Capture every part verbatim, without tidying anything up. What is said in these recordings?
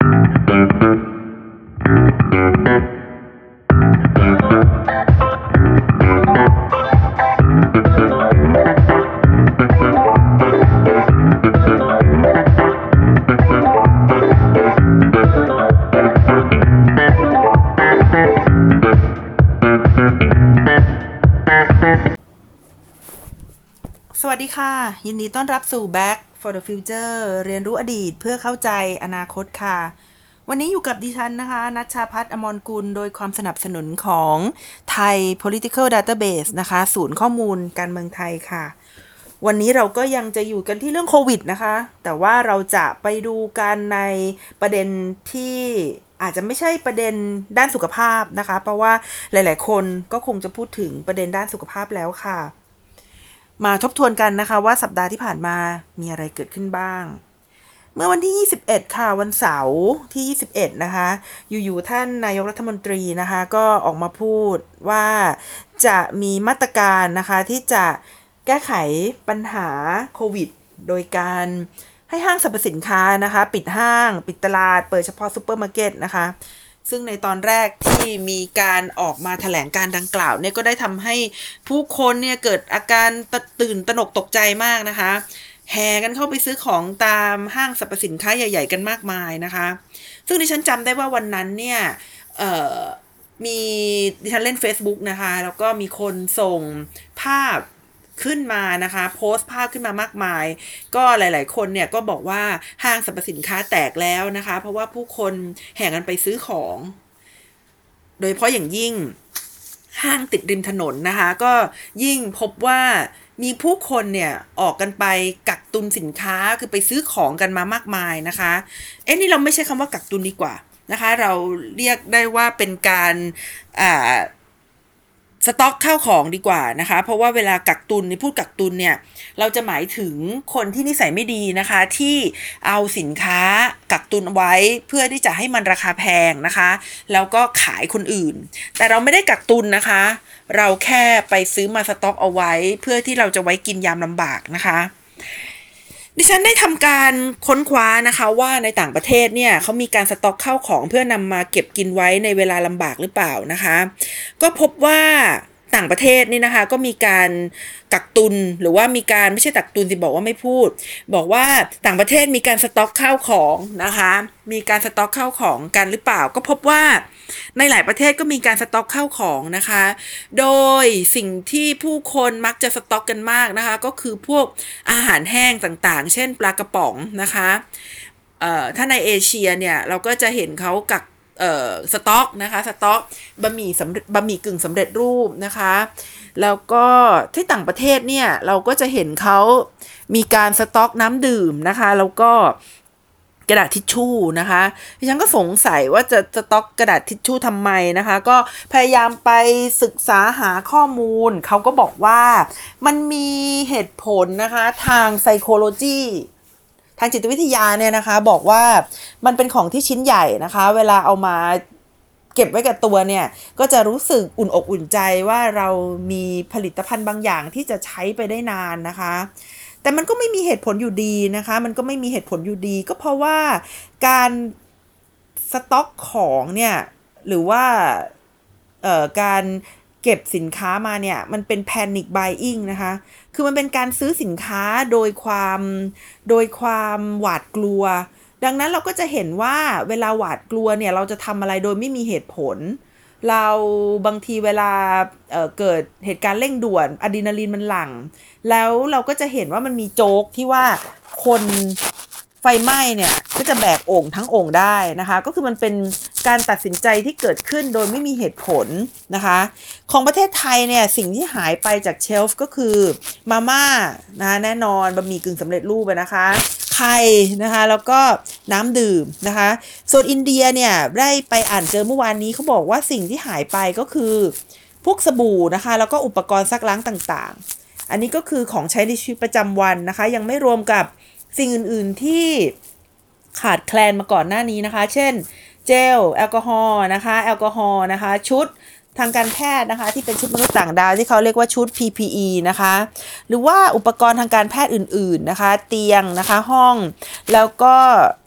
สวัสดีค่ะยินดีต้อนรับสู่ Back for the Future เรียนรู้อดีตเพื่อเข้าใจอนาคตค่ะวันนี้อยู่กับดิฉันนะคะณัชชาภัทร อมรกุลโดยความสนับสนุนของไทย Political Database นะคะศูนย์ข้อมูลการเมืองไทยค่ะวันนี้เราก็ยังจะอยู่กันที่เรื่องโควิดนะคะแต่ว่าเราจะไปดูกันในประเด็นที่อาจจะไม่ใช่ประเด็นด้านสุขภาพนะคะเพราะว่าหลายๆคนก็คงจะพูดถึงประเด็นด้านสุขภาพแล้วค่ะมาทบทวนกันนะคะว่าสัปดาห์ที่ผ่านมามีอะไรเกิดขึ้นบ้างเมื่อวันที่ยี่สิบเอ็ดค่ะวันเสาร์ที่ยี่สิบเอ็ดนะคะอยู่ๆท่านนายกรัฐมนตรีนะคะก็ออกมาพูดว่าจะมีมาตรการนะคะที่จะแก้ไขปัญหาโควิดโดยการให้ห้างสรรพสินค้านะคะปิดห้างปิดตลาดเปิดเฉพาะซูเปอร์มาร์เก็ตนะคะซึ่งในตอนแรกที่มีการออกมาแถลงการดังกล่าวเนี่ยก็ได้ทำให้ผู้คนเนี่ยเกิดอาการตื่นตระหนกตกใจมากนะคะแห่กันเข้าไปซื้อของตามห้างสรรพสินค้าใหญ่ๆกันมากมายนะคะซึ่งดิฉันจำได้ว่าวันนั้นเนี่ยเอ่อมีดิฉันเล่น Facebook นะคะแล้วก็มีคนส่งภาพขึ้นมานะคะโพสต์ภาพขึ้นมามากมายก็หลายๆคนเนี่ยก็บอกว่าห้างสรรพสินค้าแตกแล้วนะคะเพราะว่าผู้คนแห่กันไปซื้อของโดยเฉพาะอย่างยิ่งห้างติดริมถนนนะคะก็ยิ่งพบว่ามีผู้คนเนี่ยออกกันไปกักตุนสินค้าคือไปซื้อของกันมามากมายนะคะเอ๊ะนี่เราไม่ใช่คำว่ากักตุนดีกว่านะคะเราเรียกได้ว่าเป็นการอ่าสต็อกข้าวของดีกว่านะคะเพราะว่าเวลากักตุนนี่พูดกักตุนเนี่ยเราจะหมายถึงคนที่นิสัยไม่ดีนะคะที่เอาสินค้ากักตุนไว้เพื่อที่จะให้มันราคาแพงนะคะแล้วก็ขายคนอื่นแต่เราไม่ได้กักตุนนะคะเราแค่ไปซื้อมาสต็อกเอาไว้เพื่อที่เราจะไว้กินยามลำบากนะคะดิฉันได้ทำการค้นคว้านะคะว่าในต่างประเทศเนี่ยเขามีการสต็อกข้าวของเพื่อนำมาเก็บกินไว้ในเวลาลำบากหรือเปล่านะคะก็พบว่าต่างประเทศนี่นะคะก็มีการกักตุนหรือว่ามีการไม่ใช่กักตุนสิบอกว่าไม่พูดบอกว่าต่างประเทศมีการสต็อกข้าวของนะคะมีการสต็อกข้าวของกันหรือเปล่าก็พบว่าในหลายประเทศก็มีการสต็อกข้าวของนะคะโดยสิ่งที่ผู้คนมักจะสต็อกกันมากนะคะก็คือพวกอาหารแห้งต่างๆเช่นปลากระป๋องนะคะเอ่อถ้าในเอเชียเนี่ยเราก็จะเห็นเขากักเอ่อสต็อกนะคะสต็อกบะหมี่สำเร็จบะหมี่กึ่งสำเร็จรูปนะคะแล้วก็ที่ต่างประเทศเนี่ยเราก็จะเห็นเขามีการสต็อกน้ำดื่มนะคะแล้วก็กระดาษทิชชู่นะคะดิฉันก็สงสัยว่าจะสต็อกกระดาษทิชชู่ทำไมนะคะก็พยายามไปศึกษาหาข้อมูลเขาก็บอกว่ามันมีเหตุผลนะคะทาง psychologyทางจิตวิทยาเนี่ยนะคะบอกว่ามันเป็นของที่ชิ้นใหญ่นะคะเวลาเอามาเก็บไว้กับตัวเนี่ยก็จะรู้สึกอุ่นอกอุ่นใจว่าเรามีผลิตภัณฑ์บางอย่างที่จะใช้ไปได้นานนะคะแต่มันก็ไม่มีเหตุผลอยู่ดีนะคะมันก็ไม่มีเหตุผลอยู่ดีก็เพราะว่าการสต็อกของเนี่ยหรือว่าเอ่อการเก็บสินค้ามาเนี่ยมันเป็น panic buying นะคะคือมันเป็นการซื้อสินค้าโดยความโดยความหวาดกลัวดังนั้นเราก็จะเห็นว่าเวลาหวาดกลัวเนี่ยเราจะทำอะไรโดยไม่มีเหตุผลเราบางทีเวลา เอ่อ เกิดเหตุการณ์เร่งด่วนอะดรีนาลีนมันหลั่งแล้วเราก็จะเห็นว่ามันมีโจ๊กที่ว่าคนไฟไหม้เนี่ยก็จะแบกโอ่งทั้งโอ่งได้นะคะก็คือมันเป็นการตัดสินใจที่เกิดขึ้นโดยไม่มีเหตุผลนะคะของประเทศไทยเนี่ยสิ่งที่หายไปจากเชลฟ์ก็คือมาม่านะแน่นอนบะหมี่กึ่งสำเร็จรูปนะคะไข่นะคะแล้วก็น้ำดื่มนะคะส่วนอินเดียเนี่ยได้ไปอ่านเจอเมื่อวานนี้เขาบอกว่าสิ่งที่หายไปก็คือพวกสบู่นะคะแล้วก็อุปกรณ์ซักล้างต่างๆอันนี้ก็คือของใช้ในชีวิตประจำวันนะคะยังไม่รวมกับสิ่งอื่นๆที่ขาดแคลนมาก่อนหน้านี้นะคะเช่นเจลแอลกอฮอล์นะคะแอลกอฮอล์นะคะชุดทางการแพทย์นะคะที่เป็นชุดมนุษย์ต่างดาวที่เขาเรียกว่าชุด พี พี อี นะคะหรือว่าอุปกรณ์ทางการแพทย์อื่นๆนะคะเตียงนะคะห้องแล้วก็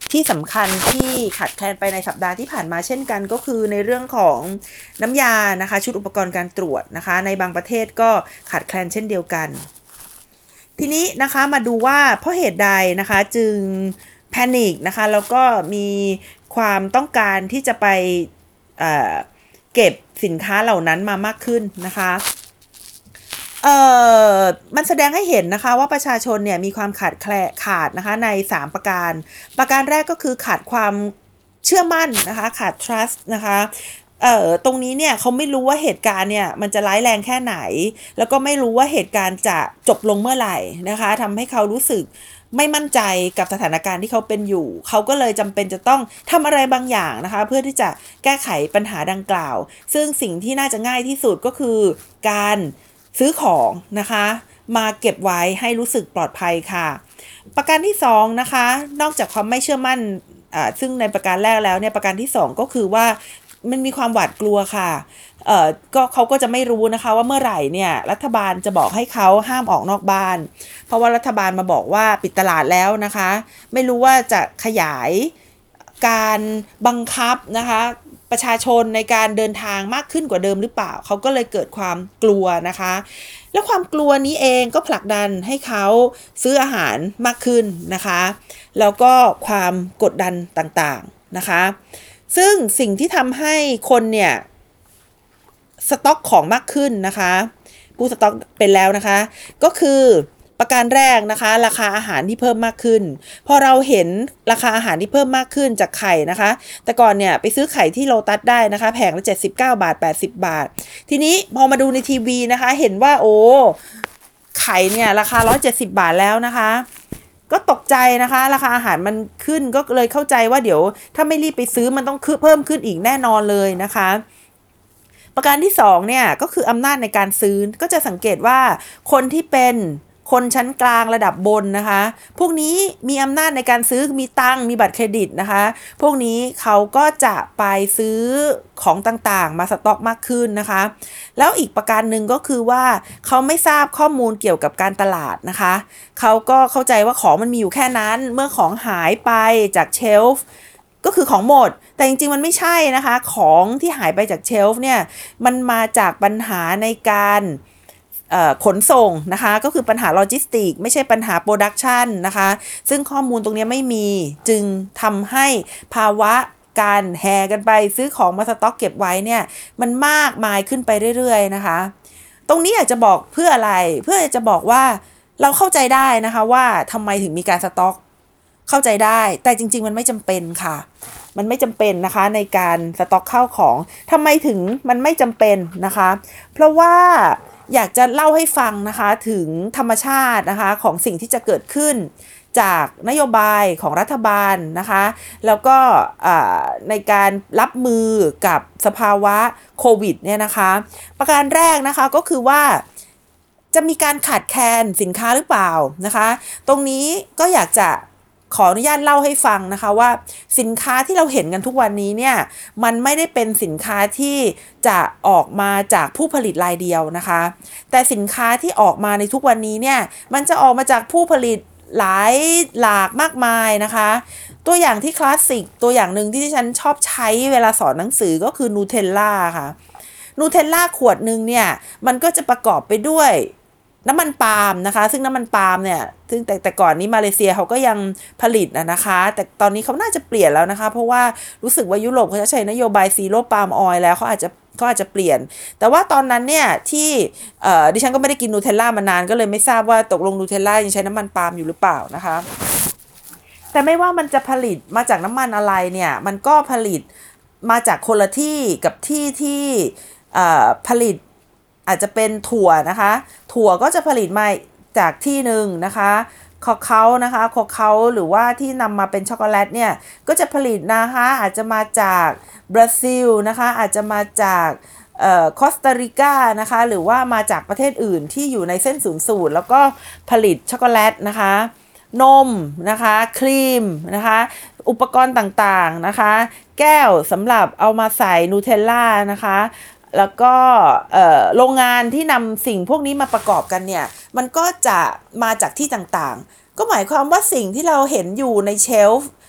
ที่สำคัญที่ขาดแคลนไปในสัปดาห์ที่ผ่านมาเช่นกันก็คือในเรื่องของน้ำยานะคะชุดอุปกรณ์การตรวจนะคะในบางประเทศก็ขาดแคลนเช่นเดียวกันทีนี้นะคะมาดูว่าเพราะเหตุใดนะคะจึงแพนิคนะคะแล้วก็มีความต้องการที่จะไปเอ่อเก็บสินค้าเหล่านั้นมามากขึ้นนะคะเอ่อมันแสดงให้เห็นนะคะว่าประชาชนเนี่ยมีความขาดแคลนขาดนะคะในสามประการประการแรกก็คือขาดความเชื่อมั่นนะคะขาด trust นะคะเอ่อตรงนี้เนี่ยเขาไม่รู้ว่าเหตุการณ์เนี่ยมันจะร้ายแรงแค่ไหนแล้วก็ไม่รู้ว่าเหตุการณ์จะจบลงเมื่อไหร่นะคะทำให้เขารู้สึกไม่มั่นใจกับสถานการณ์ที่เขาเป็นอยู่เขาก็เลยจำเป็นจะต้องทำอะไรบางอย่างนะคะเพื่อที่จะแก้ไขปัญหาดังกล่าวซึ่งสิ่งที่น่าจะง่ายที่สุดก็คือการซื้อของนะคะมาเก็บไว้ให้รู้สึกปลอดภัยค่ะประการที่สองนะคะนอกจากความไม่เชื่อมั่นอ่าซึ่งในประการแรกแล้วเนี่ยประการที่สองก็คือว่ามันมีความหวาดกลัวค่ะเอ่อก็เขาก็จะไม่รู้นะคะว่าเมื่อไหร่เนี่ยรัฐบาลจะบอกให้เขาห้ามออกนอกบ้านเพราะว่ารัฐบาลมาบอกว่าปิดตลาดแล้วนะคะไม่รู้ว่าจะขยายการบังคับนะคะประชาชนในการเดินทางมากขึ้นกว่าเดิมหรือเปล่าเขาก็เลยเกิดความกลัวนะคะแล้วความกลัวนี้เองก็ผลักดันให้เขาซื้ออาหารมากขึ้นนะคะแล้วก็ความกดดันต่างๆนะคะซึ่งสิ่งที่ทำให้คนเนี่ยสต็อกของมากขึ้นนะคะผู้สต็อกเป็นแล้วนะคะก็คือประการแรกนะคะราคาอาหารที่เพิ่มมากขึ้นพอเราเห็นราคาอาหารที่เพิ่มมากขึ้นจากไข่นะคะแต่ก่อนเนี่ยไปซื้อไข่ที่โลตัสได้นะคะแผงละเจ็ดสิบเก้าบาทแปดสิบบาททีนี้พอมาดูในทีวีนะคะเห็นว่าโอ้ไข่เนี่ยราคาหนึ่งร้อยเจ็ดสิบบาทแล้วนะคะก็ตกใจนะคะราคาอาหารมันขึ้นก็เลยเข้าใจว่าเดี๋ยวถ้าไม่รีบไปซื้อมันต้องเพิ่มขึ้นอีกแน่นอนเลยนะคะประการที่สองเนี่ยก็คืออำนาจในการซื้อก็จะสังเกตว่าคนที่เป็นคนชั้นกลางระดับบนนะคะพวกนี้มีอำนาจในการซื้อมีตังมีบัตรเครดิตนะคะพวกนี้เขาก็จะไปซื้อของต่างๆมาสต็อกมากขึ้นนะคะแล้วอีกประการหนึ่งก็คือว่าเขาไม่ทราบข้อมูลเกี่ยวกับการตลาดนะคะเขาก็เข้าใจว่าของมันมีอยู่แค่นั้นเมื่อของหายไปจากเชลฟ์ก็คือของหมดแต่จริงๆมันไม่ใช่นะคะของที่หายไปจากเชลฟ์เนี่ยมันมาจากปัญหาในการขนส่งนะคะก็คือปัญหาโลจิสติกไม่ใช่ปัญหาโปรดักชันนะคะซึ่งข้อมูลตรงนี้ไม่มีจึงทำให้ภาวะการแห่กันไปซื้อของมาสต็อกเก็บไว้เนี่ยมันมากมายขึ้นไปเรื่อยๆนะคะตรงนี้อยากจะบอกเพื่ออะไรเพื่อจะบอกว่าเราเข้าใจได้นะคะว่าทำไมถึงมีการสต็อกเข้าใจได้แต่จริงๆมันไม่จำเป็นค่ะมันไม่จำเป็นนะคะในการสต็อกข้าวของทำไมถึงมันไม่จำเป็นนะคะเพราะว่าอยากจะเล่าให้ฟังนะคะถึงธรรมชาตินะคะของสิ่งที่จะเกิดขึ้นจากนโยบายของรัฐบาลนะคะแล้วก็ในการรับมือกับสภาวะโควิดเนี่ยนะคะประการแรกนะคะก็คือว่าจะมีการขาดแคลนสินค้าหรือเปล่านะคะตรงนี้ก็อยากจะขออนุญาตเล่าให้ฟังนะคะว่าสินค้าที่เราเห็นกันทุกวันนี้เนี่ยมันไม่ได้เป็นสินค้าที่จะออกมาจากผู้ผลิตรายเดียวนะคะแต่สินค้าที่ออกมาในทุกวันนี้เนี่ยมันจะออกมาจากผู้ผลิตหลายหลากมากมายนะคะตัวอย่างที่คลาสสิกตัวอย่างหนึ่งที่ฉันชอบใช้เวลาสอนหนังสือก็คือนูเทลล่าค่ะนูเทลล่าขวดหนึ่งเนี่ยมันก็จะประกอบไปด้วยน้ำมันปาล์มนะคะซึ่งน้ำมันปาล์มเนี่ยซึ่งแต่แต่ก่อนนี้มาเลเซียเขาก็ยังผลิตนะคะแต่ตอนนี้เขาน่าจะเปลี่ยนแล้วนะคะเพราะว่ารู้สึกว่ายุโรปเขาจะใช้นโยบายซีโร่ปาล์มออยล์แล้วเขาอาจจะเขาอาจจะเปลี่ยนแต่ว่าตอนนั้นเนี่ยที่เอ่อดิฉันก็ไม่ได้กินนูเทลล่ามานานก็เลยไม่ทราบว่าตกลงนูเทลล่ายังใช้น้ำมันปาล์มอยู่หรือเปล่านะคะแต่ไม่ว่ามันจะผลิตมาจากน้ำมันอะไรเนี่ยมันก็ผลิตมาจากคนละที่กับที่ที่เอ่อผลิตอาจจะเป็นถั่วนะคะถั่วก็จะผลิตมาจากที่หนึ่งนะคะคอเคานะคะคอเคาหรือว่าที่นำมาเป็นช็อกโกแลตเนี่ยก็จะผลิตนะคะอาจจะมาจากบราซิลนะคะอาจจะมาจากเอ่อคอสตาริกานะคะหรือว่ามาจากประเทศอื่นที่อยู่ในเส้นศูนย์สูตรแล้วก็ผลิตช็อกโกแลตนะคะนมนะคะครีมนะคะอุปกรณ์ต่างๆนะคะแก้วสำหรับเอามาใส่นูเทลล่านะคะแล้วก็โรงงานที่นำสิ่งพวกนี้มาประกอบกันเนี่ยมันก็จะมาจากที่ต่างๆก็หมายความว่าสิ่งที่เราเห็นอยู่ในเชลฟ์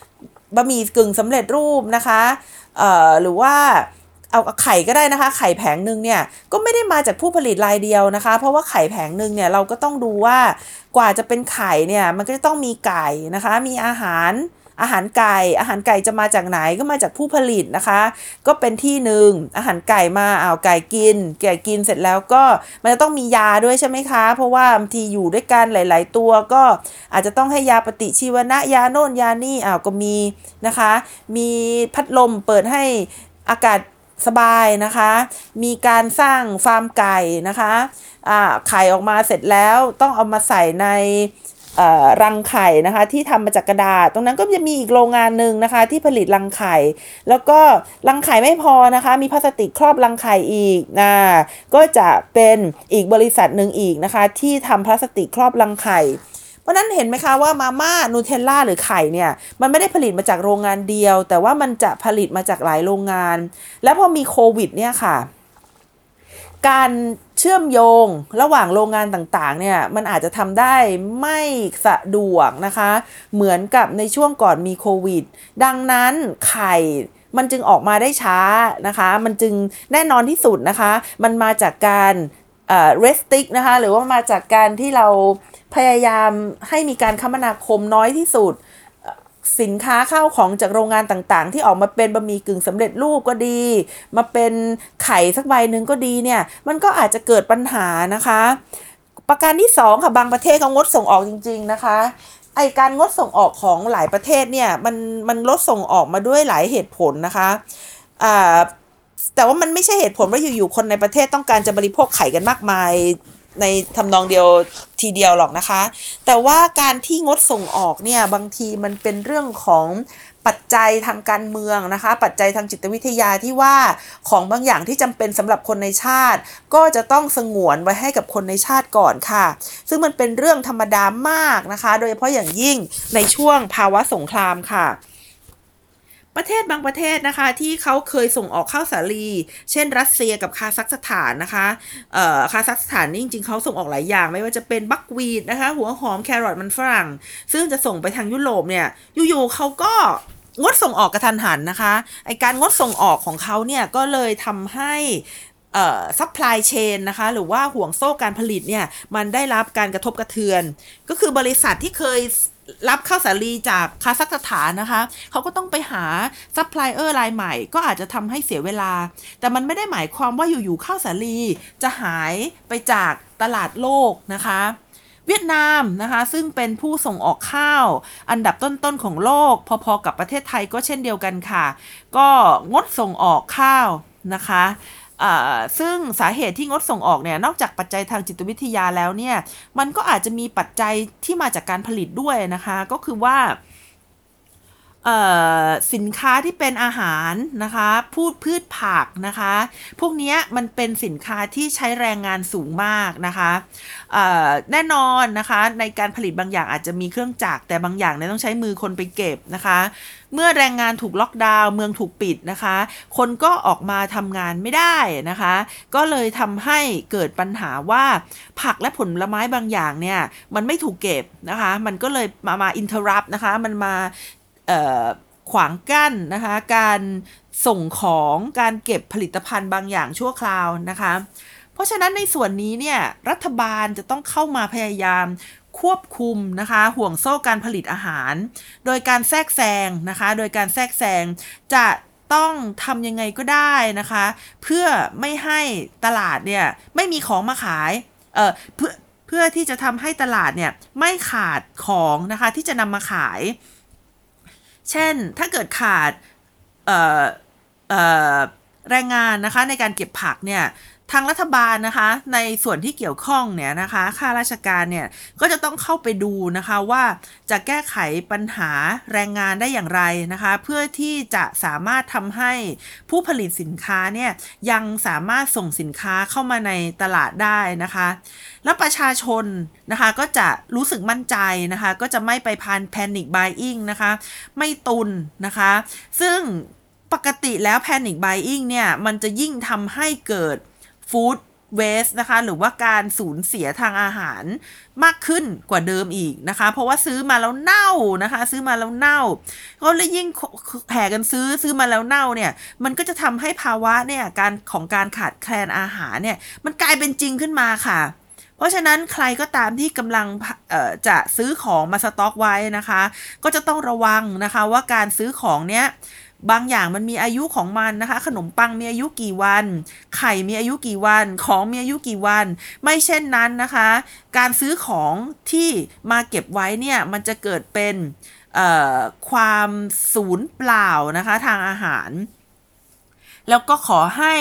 บะหมี่กึ่งสำเร็จรูปนะคะเอ่อหรือว่าเอาไข่ก็ได้นะคะไข่แผงหนึ่งเนี่ยก็ไม่ได้มาจากผู้ผลิตรายเดียวนะคะเพราะว่าไข่แผงหนึ่งเนี่ยเราก็ต้องดูว่ากว่าจะเป็นไข่เนี่ยมันก็จะต้องมีไก่นะคะมีอาหารอาหารไก่อาหารไก่จะมาจากไหนก็มาจากผู้ผลิตนะคะก็เป็นที่หนึ่งอาหารไก่มาเอาไก่กินไก่กินเสร็จแล้วก็มันจะต้องมียาด้วยใช่ไหมคะเพราะว่าบางทีอยู่ด้วยกันหลายๆตัวก็อาจจะต้องให้ยาปฏิชีวนะยาโน่นยานี่อ้าวก็มีนะคะมีพัดลมเปิดให้อากาศสบายนะคะมีการสร้างฟาร์มไก่นะคะอ่าไข่ออกมาเสร็จแล้วต้องเอามาใส่ในรังไข่นะคะที่ทำมาจากกระดาษตรงนั้นก็จะมีอีกโรงงานหนึ่งนะคะที่ผลิตรังไข่แล้วก็รังไข่ไม่พอนะคะมีพลาสติกครอบรังไข่อีกนะก็จะเป็นอีกบริษัทหนึ่งอีกนะคะที่ทำพลาสติกครอบรังไข่เพราะนั้นเห็นไหมคะว่ามาม่านูเทลล่าหรือไข่เนี่ยมันไม่ได้ผลิตมาจากโรงงานเดียวแต่ว่ามันจะผลิตมาจากหลายโรงงานแล้วพอมีโควิดเนี่ยค่ะการเชื่อมโยงระหว่างโรงงานต่างๆเนี่ยมันอาจจะทำได้ไม่สะดวกนะคะเหมือนกับในช่วงก่อนมีโควิดดังนั้นไข่มันจึงออกมาได้ช้านะคะมันจึงแน่นอนที่สุดนะคะมันมาจากการเอ่อ restrict นะคะหรือว่ามาจากการที่เราพยายามให้มีการคมนาคมน้อยที่สุดสินค้าข้าวของจากโรงงานต่างๆที่ออกมาเป็นบะหมี่กึ่งสำเร็จรูปก็ดีมาเป็นไข่สักใบหนึ่งก็ดีเนี่ยมันก็อาจจะเกิดปัญหานะคะประการที่สองค่ะบางประเทศเขางดส่งออกจริงๆนะคะไอการงดส่งออกของหลายประเทศเนี่ยมันมันลดส่งออกมาด้วยหลายเหตุผลนะคะอ่าแต่ว่ามันไม่ใช่เหตุผลว่าอยู่ๆคนในประเทศต้องการจะบริโภคไข่กันมากมายในทำนองเดียวทีเดียวหรอกนะคะแต่ว่าการที่งดส่งออกเนี่ยบางทีมันเป็นเรื่องของปัจจัยทางการเมืองนะคะปัจจัยทางจิตวิทยาที่ว่าของบางอย่างที่จำเป็นสำหรับคนในชาติก็จะต้องสงวนไว้ให้กับคนในชาติก่อนค่ะซึ่งมันเป็นเรื่องธรรมดามากนะคะโดยเฉพาะอย่างยิ่งในช่วงภาวะสงครามค่ะประเทศบางประเทศนะคะที่เขาเคยส่งออกข้าวสาลีเช่นรัสเซียกับคาซัคสถานนะคะเอ่อคาซัคสถานนี่จริงๆเขาส่งออกหลายอย่างไม่ว่าจะเป็นบักวีดนะคะหัวหอมแครอทมันฝรั่งซึ่งจะส่งไปทางยุโรปเนี่ยอยู่ๆเขาก็งดส่งออกกระทันหันนะคะไอการงดส่งออกของเขาเนี่ยก็เลยทำให้เอ่อซัพพลายเชนนะคะหรือว่าห่วงโซ่การผลิตเนี่ยมันได้รับการกระทบกระเทือนก็คือบริษัทที่เคยรับข้าวสาลีจากคาซัคสถานนะคะเขาก็ต้องไปหาซัพพลายเออร์รายใหม่ก็อาจจะทำให้เสียเวลาแต่มันไม่ได้หมายความว่าอยู่ๆข้าวสาลีจะหายไปจากตลาดโลกนะคะเวียดนามนะคะซึ่งเป็นผู้ส่งออกข้าวอันดับต้นๆของโลกพอๆกับประเทศไทยก็เช่นเดียวกันค่ะก็งดส่งออกข้าวนะคะซึ่งสาเหตุที่งดส่งออกเนี่ยนอกจากปัจจัยทางจิตวิทยาแล้วเนี่ยมันก็อาจจะมีปัจจัยที่มาจากการผลิตด้วยนะคะก็คือว่าสินค้าที่เป็นอาหารนะคะพูดพืชผักนะคะพวกนี้มันเป็นสินค้าที่ใช้แรงงานสูงมากนะคะแน่นอนนะคะในการผลิตบางอย่างอาจจะมีเครื่องจักรแต่บางอย่างเนี่ยต้องใช้มือคนไปเก็บนะคะเมื่อแรงงานถูกล็อกดาวน์เมืองถูกปิดนะคะคนก็ออกมาทำงานไม่ได้นะคะก็เลยทำให้เกิดปัญหาว่าผักและผลไม้บางอย่างเนี่ยมันไม่ถูกเก็บนะคะมันก็เลยมามา interrupt นะคะมันมาขวางกั้นนะคะการส่งของการเก็บผลิตภัณฑ์บางอย่างชั่วคราวนะคะเพราะฉะนั้นในส่วนนี้เนี่ยรัฐบาลจะต้องเข้ามาพยายามควบคุมนะคะห่วงโซ่การผลิตอาหารโดยการแทรกแซงนะคะโดยการแทรกแซงจะต้องทำยังไงก็ได้นะคะเพื่อไม่ให้ตลาดเนี่ยไม่มีของมาขายเอ่อเพื่อเพื่อที่จะทำให้ตลาดเนี่ยไม่ขาดของนะคะที่จะนำมาขายเช่นถ้าเกิดขาดแรงงานนะคะในการเก็บผักเนี่ยทางรัฐบาลนะคะในส่วนที่เกี่ยวข้องเนี่ยนะคะข้าราชการเนี่ยก็จะต้องเข้าไปดูนะคะว่าจะแก้ไขปัญหาแรงงานได้อย่างไรนะคะเพื่อที่จะสามารถทำให้ผู้ผลิตสินค้าเนี่ยยังสามารถส่งสินค้าเข้ามาในตลาดได้นะคะแล้วประชาชนนะคะก็จะรู้สึกมั่นใจนะคะก็จะไม่ไปพานแพนิคบายอิงนะคะไม่ตุนนะคะซึ่งปกติแล้วแพนิคบายอิงเนี่ยมันจะยิ่งทำให้เกิดฟู้ด waste นะคะหรือว่าการสูญเสียทางอาหารมากขึ้นกว่าเดิมอีกนะคะเพราะว่าซื้อมาแล้วเน่านะคะซื้อมาแล้วเน่าก็เลยยิ่งแห่กันซื้อซื้อมาแล้วเน่าเนี่ยมันก็จะทำให้ภาวะเนี่ยการของการขาดแคลนอาหารเนี่ยมันกลายเป็นจริงขึ้นมาค่ะเพราะฉะนั้นใครก็ตามที่กำลังจะซื้อของมาสต็อกไว้นะคะก็จะต้องระวังนะคะว่าการซื้อของเนี้ยบางอย่างมันมีอายุของมันนะคะขนมปังมีอายุกี่วันไข่มีอายุกี่วันของมีอายุกี่วันไม่เช่นนั้นนะคะการซื้อของที่มาเก็บไว้เนี่ยมันจะเกิดเป็นความสูญเปล่านะคะทางอาหารแล้วก็ขอให้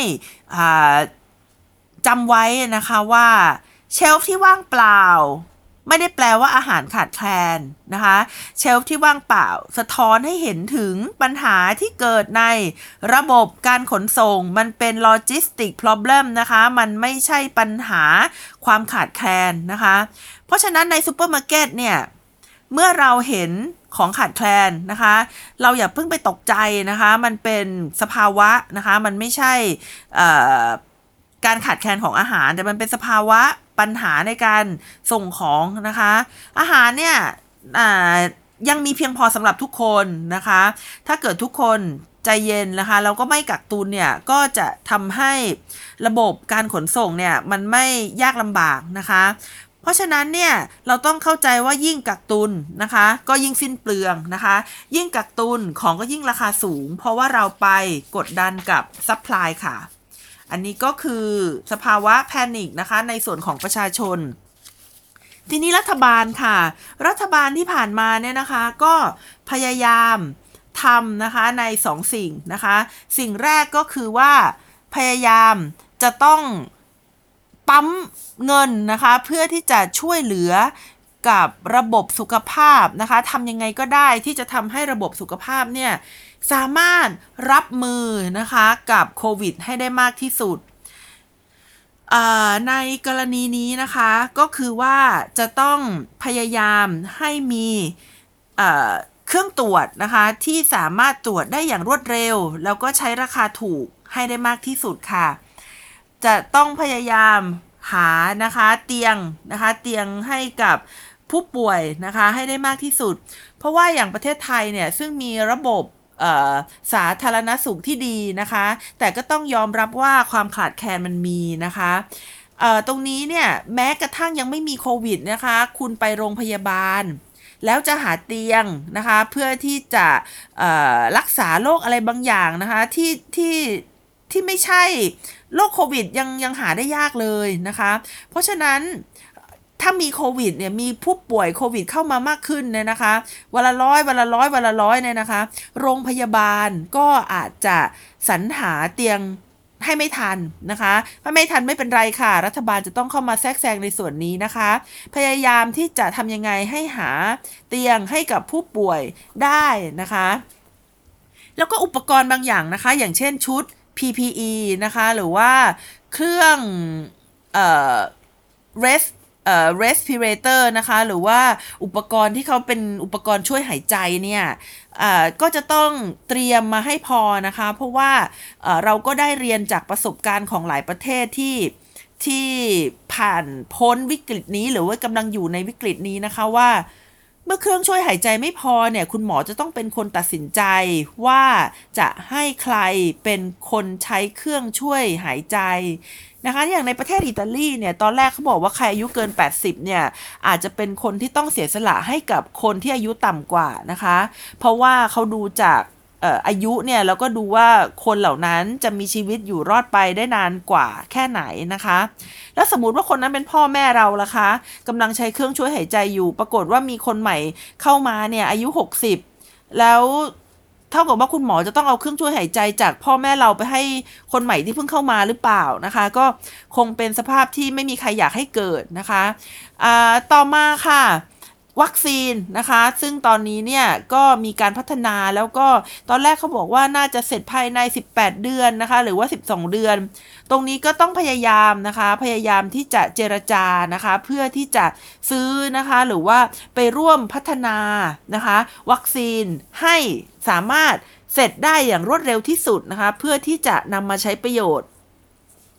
จำไว้นะคะว่าเชลฟ์ที่ว่างเปล่าไม่ได้แปลว่าอาหารขาดแคลนนะคะเชลฟ์ที่ว่างเปล่าสะท้อนให้เห็นถึงปัญหาที่เกิดในระบบการขนส่งมันเป็น logistic problem นะคะมันไม่ใช่ปัญหาความขาดแคลนนะคะเพราะฉะนั้นในซูเปอร์มาร์เก็ตเนี่ยเมื่อเราเห็นของขาดแคลนนะคะเราอย่าเพิ่งไปตกใจนะคะมันเป็นสภาวะนะคะมันไม่ใช่การขาดแคลนของอาหารแต่มันเป็นสภาวะปัญหาในการส่งของนะคะอาหารเนี่ยยังมีเพียงพอสำหรับทุกคนนะคะถ้าเกิดทุกคนใจเย็นนะคะเราก็ไม่กักตุนเนี่ยก็จะทำให้ระบบการขนส่งเนี่ยมันไม่ยากลำบากนะคะเพราะฉะนั้นเนี่ยเราต้องเข้าใจว่ายิ่งกักตุนนะคะก็ยิ่งสิ้นเปลืองนะคะยิ่งกักตุนของก็ยิ่งราคาสูงเพราะว่าเราไปกดดันกับซัพพลายค่ะอันนี้ก็คือสภาวะแพนิคนะคะในส่วนของประชาชนทีนี้รัฐบาลค่ะรัฐบาลที่ผ่านมาเนี่ยนะคะก็พยายามทำนะคะในสองสิ่งนะคะสิ่งแรกก็คือว่าพยายามจะต้องปั๊มเงินนะคะเพื่อที่จะช่วยเหลือกับระบบสุขภาพนะคะทำยังไงก็ได้ที่จะทำให้ระบบสุขภาพเนี่ยสามารถรับมือนะคะกับโควิดให้ได้มากที่สุดในกรณีนี้นะคะก็คือว่าจะต้องพยายามให้มีเครื่องตรวจนะคะที่สามารถตรวจได้อย่างรวดเร็วแล้วก็ใช้ราคาถูกให้ได้มากที่สุดค่ะจะต้องพยายามหานะคะเตียงนะคะเตียงให้กับผู้ป่วยนะคะให้ได้มากที่สุดเพราะว่าอย่างประเทศไทยเนี่ยซึ่งมีระบบสาธารณสุขที่ดีนะคะแต่ก็ต้องยอมรับว่าความขาดแคลนมันมีนะคะตรงนี้เนี่ยแม้กระทั่งยังไม่มีโควิดนะคะคุณไปโรงพยาบาลแล้วจะหาเตียงนะคะเพื่อที่จะรักษาโรคอะไรบางอย่างนะคะที่ที่ที่ไม่ใช่โรคโควิดยังยังหาได้ยากเลยนะคะเพราะฉะนั้นถ้ามีโควิดเนี่ยมีผู้ป่วยโควิดเข้ามามากขึ้นเนี่ยนะคะวันละร้อยวันละร้อยวันละร้อยเนี่ยนะคะโรงพยาบาลก็อาจจะสรรหาเตียงให้ไม่ทันนะคะถ้าไม่ทันไม่เป็นไรค่ะรัฐบาลจะต้องเข้ามาแทรกแซงในส่วนนี้นะคะพยายามที่จะทำยังไงให้หาเตียงให้กับผู้ป่วยได้นะคะแล้วก็อุปกรณ์บางอย่างนะคะอย่างเช่นชุด พี พี อี นะคะหรือว่าเครื่องเอ่อ rest เอ่อ respirator นะคะหรือว่าอุปกรณ์ที่เขาเป็นอุปกรณ์ช่วยหายใจเนี่ยก็จะต้องเตรียมมาให้พอนะคะเพราะว่าเราก็ได้เรียนจากประสบการณ์ของหลายประเทศที่ที่ผ่านพ้นวิกฤตนี้หรือว่ากำลังอยู่ในวิกฤตนี้นะคะว่าเมื่อเครื่องช่วยหายใจไม่พอเนี่ยคุณหมอจะต้องเป็นคนตัดสินใจว่าจะให้ใครเป็นคนใช้เครื่องช่วยหายใจนะคะอย่างในประเทศอิตาลีเนี่ยตอนแรกเขาบอกว่าใครอายุเกินแปดสิบเนี่ยอาจจะเป็นคนที่ต้องเสียสละให้กับคนที่อายุต่ำกว่านะคะเพราะว่าเขาดูจากอายุเนี่ยแล้วก็ดูว่าคนเหล่านั้นจะมีชีวิตอยู่รอดไปได้นานกว่าแค่ไหนนะคะแล้วสมมุติว่าคนนั้นเป็นพ่อแม่เราล่ะคะกำลังใช้เครื่องช่วยหายใจอยู่ปรากฏว่ามีคนใหม่เข้ามาเนี่ยอายุหกสิบแล้วเท่ากับว่าคุณหมอจะต้องเอาเครื่องช่วยหายใจจากพ่อแม่เราไปให้คนใหม่ที่เพิ่งเข้ามาหรือเปล่านะคะก็คงเป็นสภาพที่ไม่มีใครอยากให้เกิดนะคะต่อมาค่ะวัคซีนนะคะซึ่งตอนนี้เนี่ยก็มีการพัฒนาแล้วก็ตอนแรกเขาบอกว่าน่าจะเสร็จภายในสิบแปดเดือนนะคะหรือว่าสิบสองเดือนตรงนี้ก็ต้องพยายามนะคะพยายามที่จะเจรจานะคะเพื่อที่จะซื้อนะคะหรือว่าไปร่วมพัฒนานะคะวัคซีนให้สามารถเสร็จได้อย่างรวดเร็วที่สุดนะคะเพื่อที่จะนำมาใช้ประโยชน์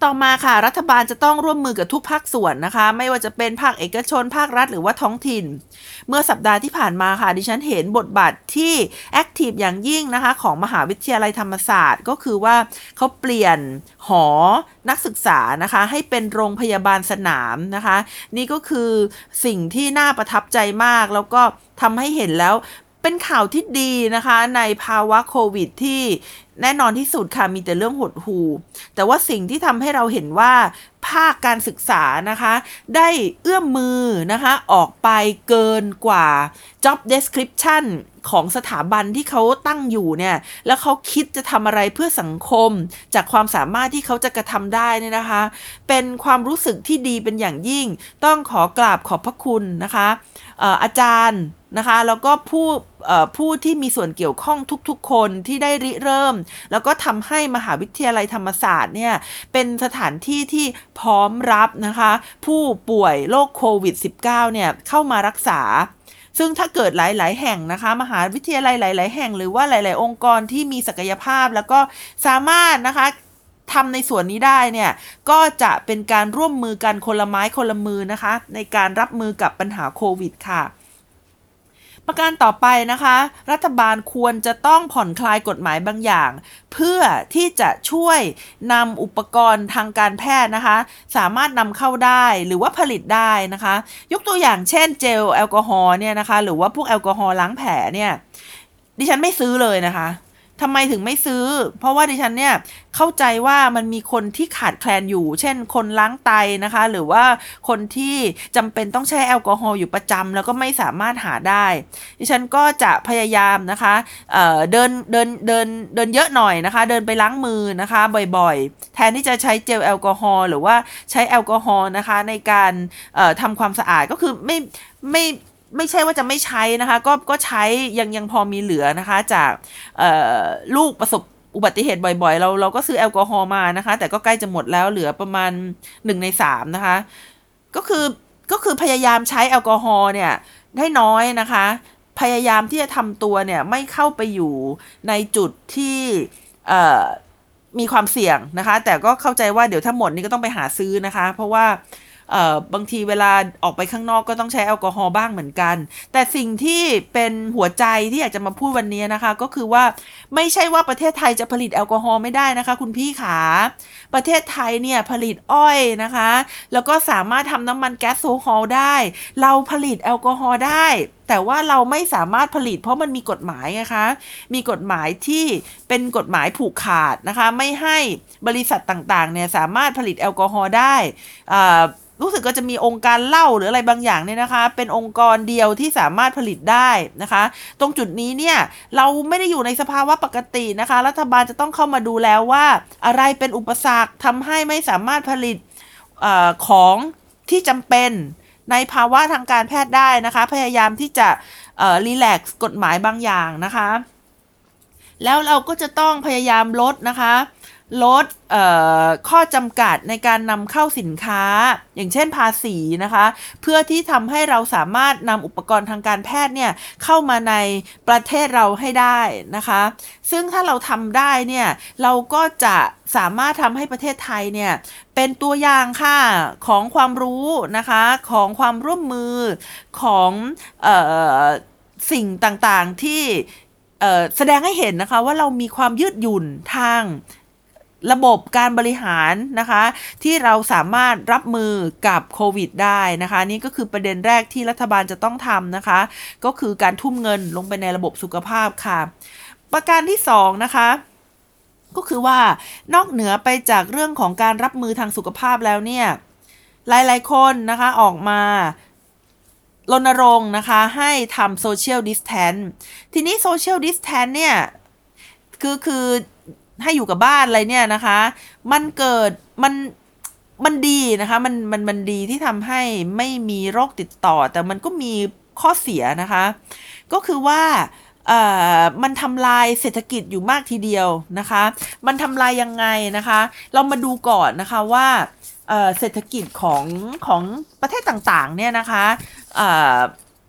ต่อมาค่ะรัฐบาลจะต้องร่วมมือกับทุกภาคส่วนนะคะไม่ว่าจะเป็นภาคเอกชนภาครัฐหรือว่าท้องถิ่นเมื่อสัปดาห์ที่ผ่านมาค่ะดิฉันเห็นบทบาทที่แอคทีฟอย่างยิ่งนะคะของมหาวิทยาลัยธรรมศาสตร์ก็คือว่าเขาเปลี่ยนหอนักศึกษานะคะให้เป็นโรงพยาบาลสนามนะคะนี่ก็คือสิ่งที่น่าประทับใจมากแล้วก็ทำให้เห็นแล้วเป็นข่าวที่ดีนะคะในภาวะโควิดที่แน่นอนที่สุดค่ะมีแต่เรื่องหดหู่แต่ว่าสิ่งที่ทำให้เราเห็นว่าภาคการศึกษานะคะได้เอื้อมมือนะคะออกไปเกินกว่า job description ของสถาบันที่เขาตั้งอยู่เนี่ยแล้วเขาคิดจะทำอะไรเพื่อสังคมจากความสามารถที่เขาจะกระทำได้เนี่ยนะคะเป็นความรู้สึกที่ดีเป็นอย่างยิ่งต้องขอกราบขอบพระคุณนะคะเอ่ออาจารย์นะคะแล้วก็ผู้ผู้ที่มีส่วนเกี่ยวข้องทุกๆคนที่ได้ริเริ่มแล้วก็ทำให้มหาวิทยาลัยธรรมศาสตร์เนี่ยเป็นสถานที่ที่พร้อมรับนะคะผู้ป่วยโรคโควิด สิบเก้า เนี่ยเข้ามารักษาซึ่งถ้าเกิดหลายๆแห่งนะคะมหาวิทยาลัยหลายๆแห่งหรือว่าหลายๆองค์กรที่มีศักยภาพแล้วก็สามารถนะคะทำในส่วนนี้ได้เนี่ยก็จะเป็นการร่วมมือกันคนละไม้คนละมือนะคะในการรับมือกับปัญหาโควิดค่ะประการต่อไปนะคะรัฐบาลควรจะต้องผ่อนคลายกฎหมายบางอย่างเพื่อที่จะช่วยนำอุปกรณ์ทางการแพทย์นะคะสามารถนำเข้าได้หรือว่าผลิตได้นะคะยกตัวอย่างเช่นเจลแอลกอฮอล์เนี่ยนะคะหรือว่าพวกแอลกอฮอล์ล้างแผลเนี่ยดิฉันไม่ซื้อเลยนะคะทำไมถึงไม่ซื้อเพราะว่าดิฉันเนี่ยเข้าใจว่ามันมีคนที่ขาดแคลนอยู่เช่นคนล้างไตนะคะหรือว่าคนที่จำเป็นต้องใช้แอลกอฮอล์อยู่ประจำแล้วก็ไม่สามารถหาได้ดิฉันก็จะพยายามนะคะเอ่อเดินเดินเดินเดินเยอะหน่อยนะคะเดินไปล้างมือนะคะบ่อยๆแทนที่จะใช้เจลแอลกอฮอล์หรือว่าใช้แอลกอฮอล์นะคะในการเอ่อทำความสะอาดก็คือไม่ไม่ไม่ใช่ว่าจะไม่ใช้นะคะก็ก็ใช้ยังยังพอมีเหลือนะคะจากลูกประสบอุบัติเหตุบ่อยๆเราเราก็ซื้อแอลกอฮอล์มานะคะแต่ก็ใกล้จะหมดแล้วเหลือประมาณหนึ่งในสามนะคะก็คือก็คือพยายามใช้แอลกอฮอล์เนี่ยให้น้อยนะคะพยายามที่จะทำตัวเนี่ยไม่เข้าไปอยู่ในจุดที่มีความเสี่ยงนะคะแต่ก็เข้าใจว่าเดี๋ยวถ้าหมดนี่ก็ต้องไปหาซื้อนะคะเพราะว่าเอ่อบางทีเวลาออกไปข้างนอกก็ต้องใช้แอลกอฮอล์บ้างเหมือนกันแต่สิ่งที่เป็นหัวใจที่อยากจะมาพูดวันนี้นะคะก็คือว่าไม่ใช่ว่าประเทศไทยจะผลิตแอลกอฮอล์ไม่ได้นะคะคุณพี่ขาประเทศไทยเนี่ยผลิตอ้อยนะคะแล้วก็สามารถทำน้ำมันแก๊สโซฮอลได้เราผลิตแอลกอฮอล์ได้แต่ว่าเราไม่สามารถผลิตเพราะมันมีกฎหมายนะคะมีกฎหมายที่เป็นกฎหมายผูกขาดนะคะไม่ให้บริษัทต่างๆเนี่ยสามารถผลิตแอลกอฮอล์ได้อ่ารู้สึกก็จะมีองค์การเหล้าหรืออะไรบางอย่างเนี่ยนะคะเป็นองค์กรเดียวที่สามารถผลิตได้นะคะตรงจุดนี้เนี่ยเราไม่ได้อยู่ในสภาวะปกตินะคะรัฐบาลจะต้องเข้ามาดูแล้วว่าอะไรเป็นอุปสรรคทำให้ไม่สามารถผลิตเอ่อของที่จำเป็นในภาวะทางการแพทย์ได้นะคะพยายามที่จะเอ่อรีแลกซ์กฎหมายบางอย่างนะคะแล้วเราก็จะต้องพยายามลดนะคะลดข้อจำกัดในการนำเข้าสินค้าอย่างเช่นภาษีนะคะเพื่อที่ทำให้เราสามารถนำอุปกรณ์ทางการแพทย์เนี่ยเข้ามาในประเทศเราให้ได้นะคะซึ่งถ้าเราทำได้เนี่ยเราก็จะสามารถทำให้ประเทศไทยเนี่ยเป็นตัวอย่างค่ะของความรู้นะคะของความร่วมมือของเอ่อสิ่งต่างๆที่แสดงให้เห็นนะคะว่าเรามีความยืดหยุ่นทางระบบการบริหารนะคะที่เราสามารถรับมือกับโควิดได้นะคะนี่ก็คือประเด็นแรกที่รัฐบาลจะต้องทำนะคะก็คือการทุ่มเงินลงไปในระบบสุขภาพค่ะประการที่สองนะคะก็คือว่านอกเหนือไปจากเรื่องของการรับมือทางสุขภาพแล้วเนี่ยหลายๆคนนะคะออกมารณรงค์นะคะให้ทำโซเชียลดิสแทนซ์ทีนี้โซเชียลดิสแทนซ์เนี่ยคือคือให้อยู่กับบ้านอะไรเนี่ยนะคะมันเกิดมันมันดีนะคะมันมันมันดีที่ทำให้ไม่มีโรคติดต่อแต่มันก็มีข้อเสียนะคะก็คือว่าเอ่อมันทำลายเศรษฐกิจอยู่มากทีเดียวนะคะมันทำลายยังไงนะคะเรามาดูก่อนนะคะว่าเอ่อเศรษฐกิจของของประเทศต่างๆเนี่ยนะคะเอ่อ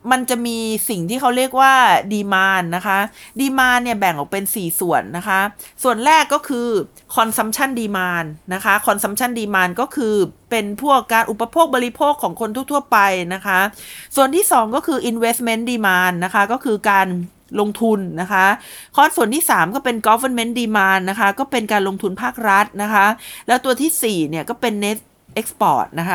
มันจะมีสิ่งที่เขาเรียกว่าดีมานนะคะดีมานเนี่ยแบ่งออกเป็นสี่ส่วนนะคะส่วนแรกก็คือ consumption demand นะคะ consumption demand ก็คือเป็นพวกการอุปโภคบริโภคของคนทั่วๆไปนะคะส่วนที่สองก็คือ investment demand นะคะก็คือการลงทุนนะคะข้อส่วนที่สามก็เป็น government demand นะคะก็เป็นการลงทุนภาครัฐนะคะแล้วตัวที่สี่เนี่ยก็เป็น net export นะคะ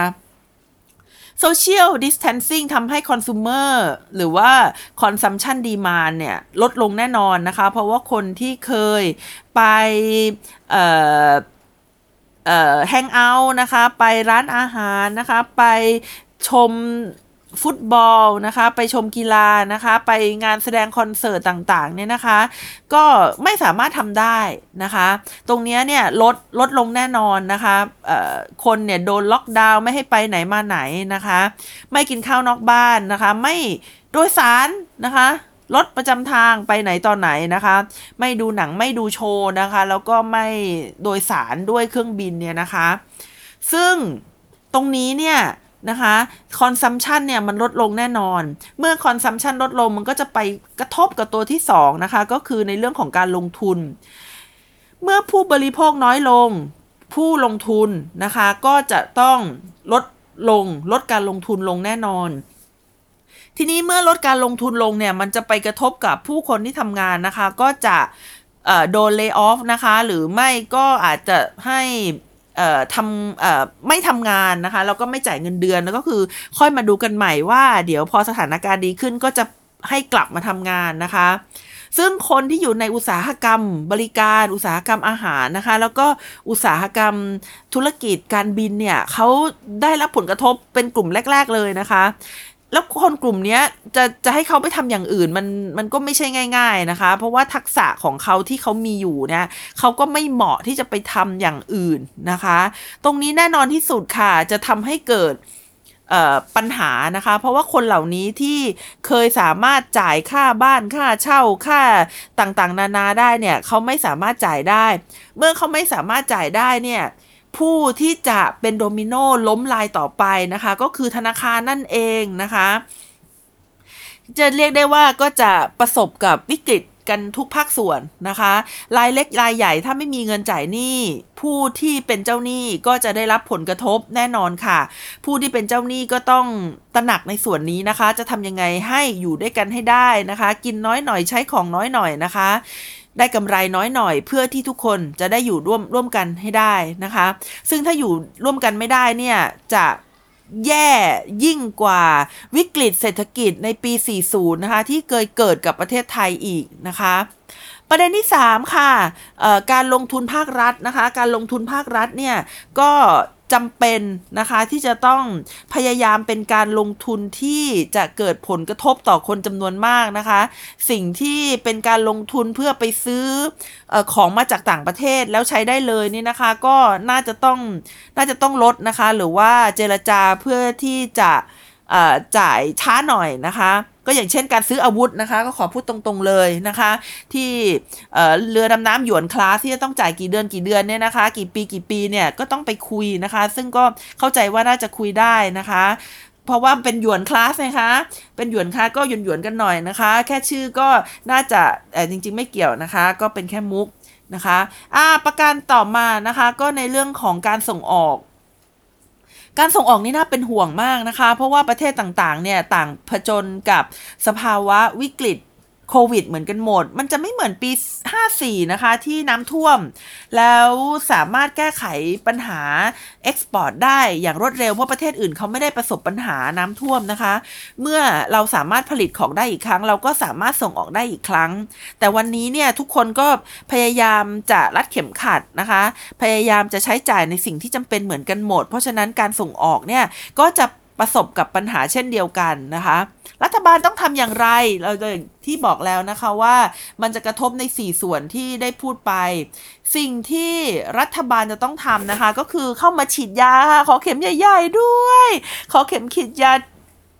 social distancing ทำให้ consumer หรือว่า consumption demand เนี่ยลดลงแน่นอนนะคะเพราะว่าคนที่เคยไปเอ่อเอ่อ hang out นะคะไปร้านอาหารนะคะไปชมฟุตบอลนะคะไปชมกีฬานะคะไปงานแสดงคอนเสิร์ตต่างๆเนี่ยนะคะก็ไม่สามารถทำได้นะคะตรงนี้เนี่ยลดลดลงแน่นอนนะคะเอ่อคนเนี่ยโดนล็อกดาวน์ไม่ให้ไปไหนมาไหนนะคะไม่กินข้าวนอกบ้านนะคะไม่โดยสารนะคะรถประจำทางไปไหนตอนไหนนะคะไม่ดูหนังไม่ดูโชว์นะคะแล้วก็ไม่โดยสารด้วยเครื่องบินเนี่ยนะคะซึ่งตรงนี้เนี่ยนะคะคอนซัมชันเนี่ยมันลดลงแน่นอนเมื่อคอนซัมชันลดลงมันก็จะไปกระทบกับตัวที่สองนะคะก็คือในเรื่องของการลงทุนเมื่อผู้บริโภคน้อยลงผู้ลงทุนนะคะก็จะต้องลดลงลดการลงทุนลงแน่นอนทีนี้เมื่อลดการลงทุนลงเนี่ยมันจะไปกระทบกับผู้คนที่ทำงานนะคะก็จะโดนเลย์ออฟนะคะหรือไม่ก็อาจจะให้ทำไม่ทำงานนะคะแล้วก็ไม่จ่ายเงินเดือนแล้วก็คือค่อยมาดูกันใหม่ว่าเดี๋ยวพอสถานการณ์ดีขึ้นก็จะให้กลับมาทำงานนะคะซึ่งคนที่อยู่ในอุตสาหกรรมบริการอุตสาหกรรมอาหารนะคะแล้วก็อุตสาหกรรมธุรกิจการบินเนี่ยเขาได้รับผลกระทบเป็นกลุ่มแรกๆเลยนะคะแล้วคนกลุ่มนี้จะจะให้เขาไปทำอย่างอื่นมันมันก็ไม่ใช่ง่ายๆนะคะเพราะว่าทักษะของเขาที่เขามีอยู่เนี่ยเขาก็ไม่เหมาะที่จะไปทำอย่างอื่นนะคะตรงนี้แน่นอนที่สุดค่ะจะทำให้เกิดปัญหานะคะเพราะว่าคนเหล่านี้ที่เคยสามารถจ่ายค่าบ้านค่าเช่าค่าต่างๆนานาได้เนี่ยเขาไม่สามารถจ่ายได้เมื่อเขาไม่สามารถจ่ายได้เนี่ยผู้ที่จะเป็นโดมิโนล้มลายต่อไปนะคะก็คือธนาคารนั่นเองนะคะจะเรียกได้ว่าก็จะประสบกับวิกฤตกันทุกภาคส่วนนะคะรายเล็กรายใหญ่ถ้าไม่มีเงินจ่ายหนี้ผู้ที่เป็นเจ้าหนี้ก็จะได้รับผลกระทบแน่นอนค่ะผู้ที่เป็นเจ้าหนี้ก็ต้องตระหนักในส่วนนี้นะคะจะทำยังไงให้อยู่ด้วยกันให้ได้นะคะกินน้อยหน่อยใช้ของน้อยหน่อยนะคะได้กำไรน้อยหน่อยเพื่อที่ทุกคนจะได้อยู่ร่วมร่วมกันให้ได้นะคะซึ่งถ้าอยู่ร่วมกันไม่ได้เนี่ยจะแย่ยิ่งกว่าวิกฤตเศรษฐกิจในปี สี่สิบ นะคะที่เคยเกิดกับประเทศไทยอีกนะคะประเด็นที่สามค่ะการลงทุนภาครัฐนะคะการลงทุนภาครัฐเนี่ยก็จำเป็นนะคะที่จะต้องพยายามเป็นการลงทุนที่จะเกิดผลกระทบต่อคนจำนวนมากนะคะสิ่งที่เป็นการลงทุนเพื่อไปซื้อเอ่อของมาจากต่างประเทศแล้วใช้ได้เลยนี่นะคะก็น่าจะต้องน่าจะต้องลดนะคะหรือว่าเจรจาเพื่อที่จะจ่ายช้าหน่อยนะคะก็อย่างเช่นการซื้ออาวุธนะคะก็ขอพูดตรงๆเลยนะคะที่เอ่อเรือดำน้ำหยวนคลาสที่จะต้องจ่ายกี่เดือนกี่เดือนเนี่ยนะคะกี่ปีกี่ปีเนี่ยก็ต้องไปคุยนะคะซึ่งก็เข้าใจว่าน่าจะคุยได้นะคะเพราะว่าเป็นหยวนคลาสนะคะเป็นหยวนคลาสก็หยวนหยวนกันหน่อยนะคะแค่ชื่อก็น่าจะแต่จริงๆไม่เกี่ยวนะคะก็เป็นแค่มุกนะคะอ่าประการต่อมานะคะก็ในเรื่องของการส่งออกการส่งออกนี่น่าเป็นห่วงมากนะคะเพราะว่าประเทศต่างๆเนี่ยต่างผจญกับสภาวะวิกฤตโควิดเหมือนกันหมดมันจะไม่เหมือนปีห้าสิบสี่นะคะที่น้ำท่วมแล้วสามารถแก้ไขปัญหาเอ็กซ์พอร์ตได้อย่างรวดเร็วเพราะประเทศอื่นเขาไม่ได้ประสบปัญหาน้ำท่วมนะคะเมื่อเราสามารถผลิตของได้อีกครั้งเราก็สามารถส่งออกได้อีกครั้งแต่วันนี้เนี่ยทุกคนก็พยายามจะรัดเข็มขัดนะคะพยายามจะใช้จ่ายในสิ่งที่จำเป็นเหมือนกันหมดเพราะฉะนั้นการส่งออกเนี่ยก็จะประสบกับปัญหาเช่นเดียวกันนะคะรัฐบาลต้องทำอย่างไรเราที่บอกแล้วนะคะว่ามันจะกระทบในสี่ส่วนที่ได้พูดไปสิ่งที่รัฐบาลจะต้องทำนะคะก็คือเข้ามาฉีดยาขอเข็มใหญ่ๆด้วยขอเข็มฉีดยา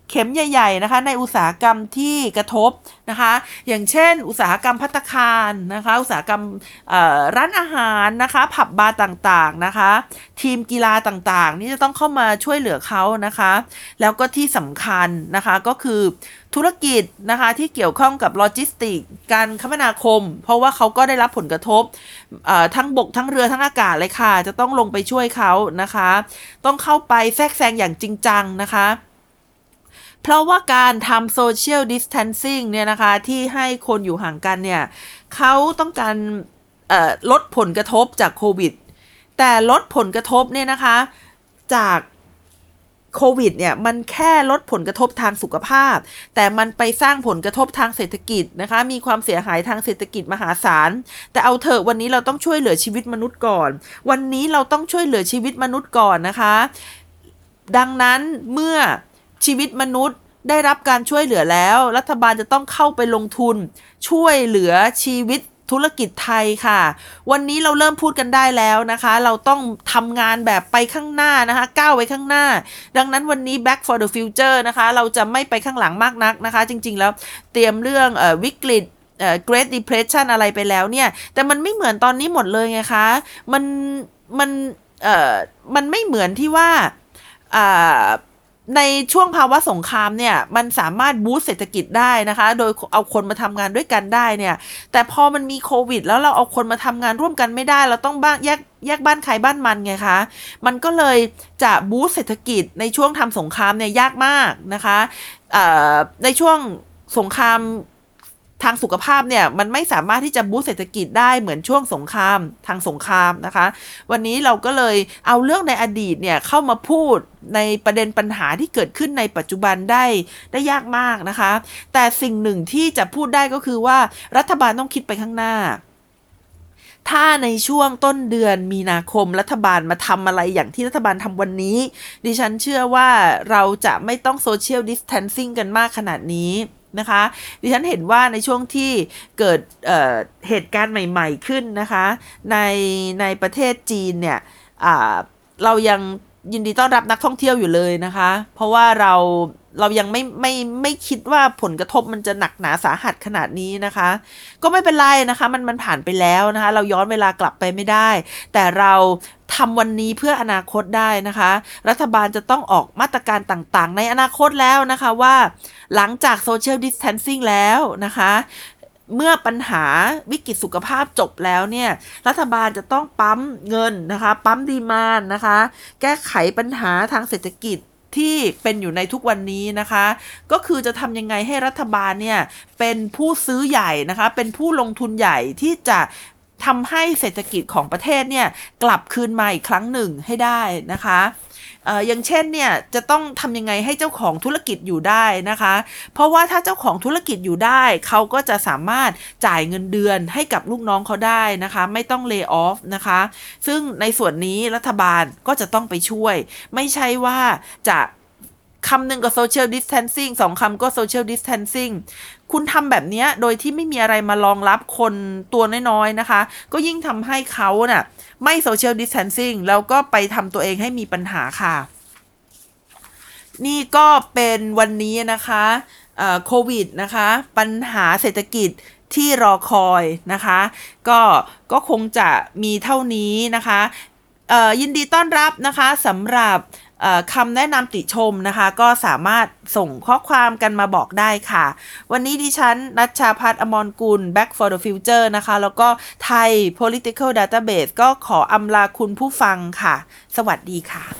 เข็มใหญ่ๆนะคะในอุตสาหกรรมที่กระทบนะคะอย่างเช่นอุตสาหกรรมภัตตาคารนะคะอุตสาหกรรมร้านอาหารนะคะผับบาร์ต่างๆนะคะทีมกีฬาต่างๆนี่จะต้องเข้ามาช่วยเหลือเขานะคะแล้วก็ที่สำคัญนะคะก็คือธุรกิจนะคะที่เกี่ยวข้องกับโลจิสติกการคมนาคมเพราะว่าเขาก็ได้รับผลกระทบทั้งบกทั้งเรือทั้งอากาศเลยค่ะจะต้องลงไปช่วยเขานะคะต้องเข้าไปแทรกแซงอย่างจริงจังนะคะเพราะว่าการทำ social distancing เนี่ยนะคะที่ให้คนอยู่ห่างกันเนี่ยเขาต้องการลดผลกระทบจากโควิดแต่ลดผลกระทบเนี่ยนะคะจากโควิดเนี่ยมันแค่ลดผลกระทบทางสุขภาพแต่มันไปสร้างผลกระทบทางเศรษฐกิจนะคะมีความเสียหายทางเศรษฐกิจมหาศาลแต่เอาเถอะวันนี้เราต้องช่วยเหลือชีวิตมนุษย์ก่อนวันนี้เราต้องช่วยเหลือชีวิตมนุษย์ก่อนนะคะดังนั้นเมื่อชีวิตมนุษย์ได้รับการช่วยเหลือแล้วรัฐบาลจะต้องเข้าไปลงทุนช่วยเหลือชีวิตธุรกิจไทยค่ะวันนี้เราเริ่มพูดกันได้แล้วนะคะเราต้องทำงานแบบไปข้างหน้านะคะก้าวไปข้างหน้าดังนั้นวันนี้ Back for the Future นะคะเราจะไม่ไปข้างหลังมากนักนะคะจริงๆแล้วเตรียมเรื่องเอ่อวิกฤตเอ่อ Great Depression อะไรไปแล้วเนี่ยแต่มันไม่เหมือนตอนนี้หมดเลยไงคะมันมันเอ่อมันไม่เหมือนที่ว่าอ่าในช่วงภาวะสงครามเนี่ยมันสามารถบูสต์เศรษฐกิจได้นะคะโดยเอาคนมาทำงานด้วยกันได้เนี่ยแต่พอมันมีโควิดแล้วเราเอาคนมาทำงานร่วมกันไม่ได้เราต้องบ้านแยกแยกบ้านใครบ้านมันไงคะมันก็เลยจะบูสต์เศรษฐกิจในช่วงทำสงครามเนี่ยยากมากนะคะในช่วงสงครามทางสุขภาพเนี่ยมันไม่สามารถที่จะบูสต์เศรษฐกิจได้เหมือนช่วงสงครามทางสงครามนะคะวันนี้เราก็เลยเอาเรื่องในอดีตเนี่ยเข้ามาพูดในประเด็นปัญหาที่เกิดขึ้นในปัจจุบันได้ได้ยากมากนะคะแต่สิ่งหนึ่งที่จะพูดได้ก็คือว่ารัฐบาลต้องคิดไปข้างหน้าถ้าในช่วงต้นเดือนมีนาคมรัฐบาลมาทำอะไรอย่างที่รัฐบาลทำวันนี้ดิฉันเชื่อว่าเราจะไม่ต้องโซเชียลดิสแทนซิ่งกันมากขนาดนี้นะคะดิฉันเห็นว่าในช่วงที่เกิด เอ่อ เหตุการณ์ใหม่ๆขึ้นนะคะในในประเทศจีนเนี่ยเรายังยินดีต้อนรับนักท่องเที่ยวอยู่เลยนะคะเพราะว่าเราเรายังไม่ไม่ไม่คิดว่าผลกระทบมันจะหนักหนาสาหัสขนาดนี้นะคะก็ไม่เป็นไรนะคะมันมันผ่านไปแล้วนะคะเราย้อนเวลากลับไปไม่ได้แต่เราทำวันนี้เพื่ออนาคตได้นะคะรัฐบาลจะต้องออกมาตรการต่างๆในอนาคตแล้วนะคะว่าหลังจาก Social Distancing แล้วนะคะเมื่อปัญหาวิกฤตสุขภาพจบแล้วเนี่ยรัฐบาลจะต้องปั๊มเงินนะคะปั๊มดีมานด์นะคะแก้ไขปัญหาทางเศรษฐกิจที่เป็นอยู่ในทุกวันนี้นะคะก็คือจะทำยังไงให้รัฐบาลเนี่ยเป็นผู้ซื้อใหญ่นะคะเป็นผู้ลงทุนใหญ่ที่จะทำให้เศรษฐกิจของประเทศเนี่ยกลับคืนมาอีกครั้งหนึ่งให้ได้นะคะเอ่ออย่างเช่นเนี่ยจะต้องทำยังไงให้เจ้าของธุรกิจอยู่ได้นะคะเพราะว่าถ้าเจ้าของธุรกิจอยู่ได้เขาก็จะสามารถจ่ายเงินเดือนให้กับลูกน้องเขาได้นะคะไม่ต้องเลย์ออฟนะคะซึ่งในส่วนนี้รัฐบาลก็จะต้องไปช่วยไม่ใช่ว่าจะคำหนึ่งก็ social distancing สองคำก็ social distancing คุณทำแบบนี้โดยที่ไม่มีอะไรมารองรับคนตัวน้อยๆนะคะก็ยิ่งทำให้เขาน่ะไม่ social distancing แล้วก็ไปทำตัวเองให้มีปัญหาค่ะนี่ก็เป็นวันนี้นะคะโควิดนะคะปัญหาเศรษฐกิจที่รอคอยนะคะก็ก็คงจะมีเท่านี้นะคะยินดีต้อนรับนะคะสำหรับคำแนะนำติชมนะคะก็สามารถส่งข้อความกันมาบอกได้ค่ะวันนี้ดิฉันณัชชาภัทร อมรกุล Back for the Future นะคะแล้วก็ไทย Political Database ก็ขออำลาคุณผู้ฟังค่ะสวัสดีค่ะ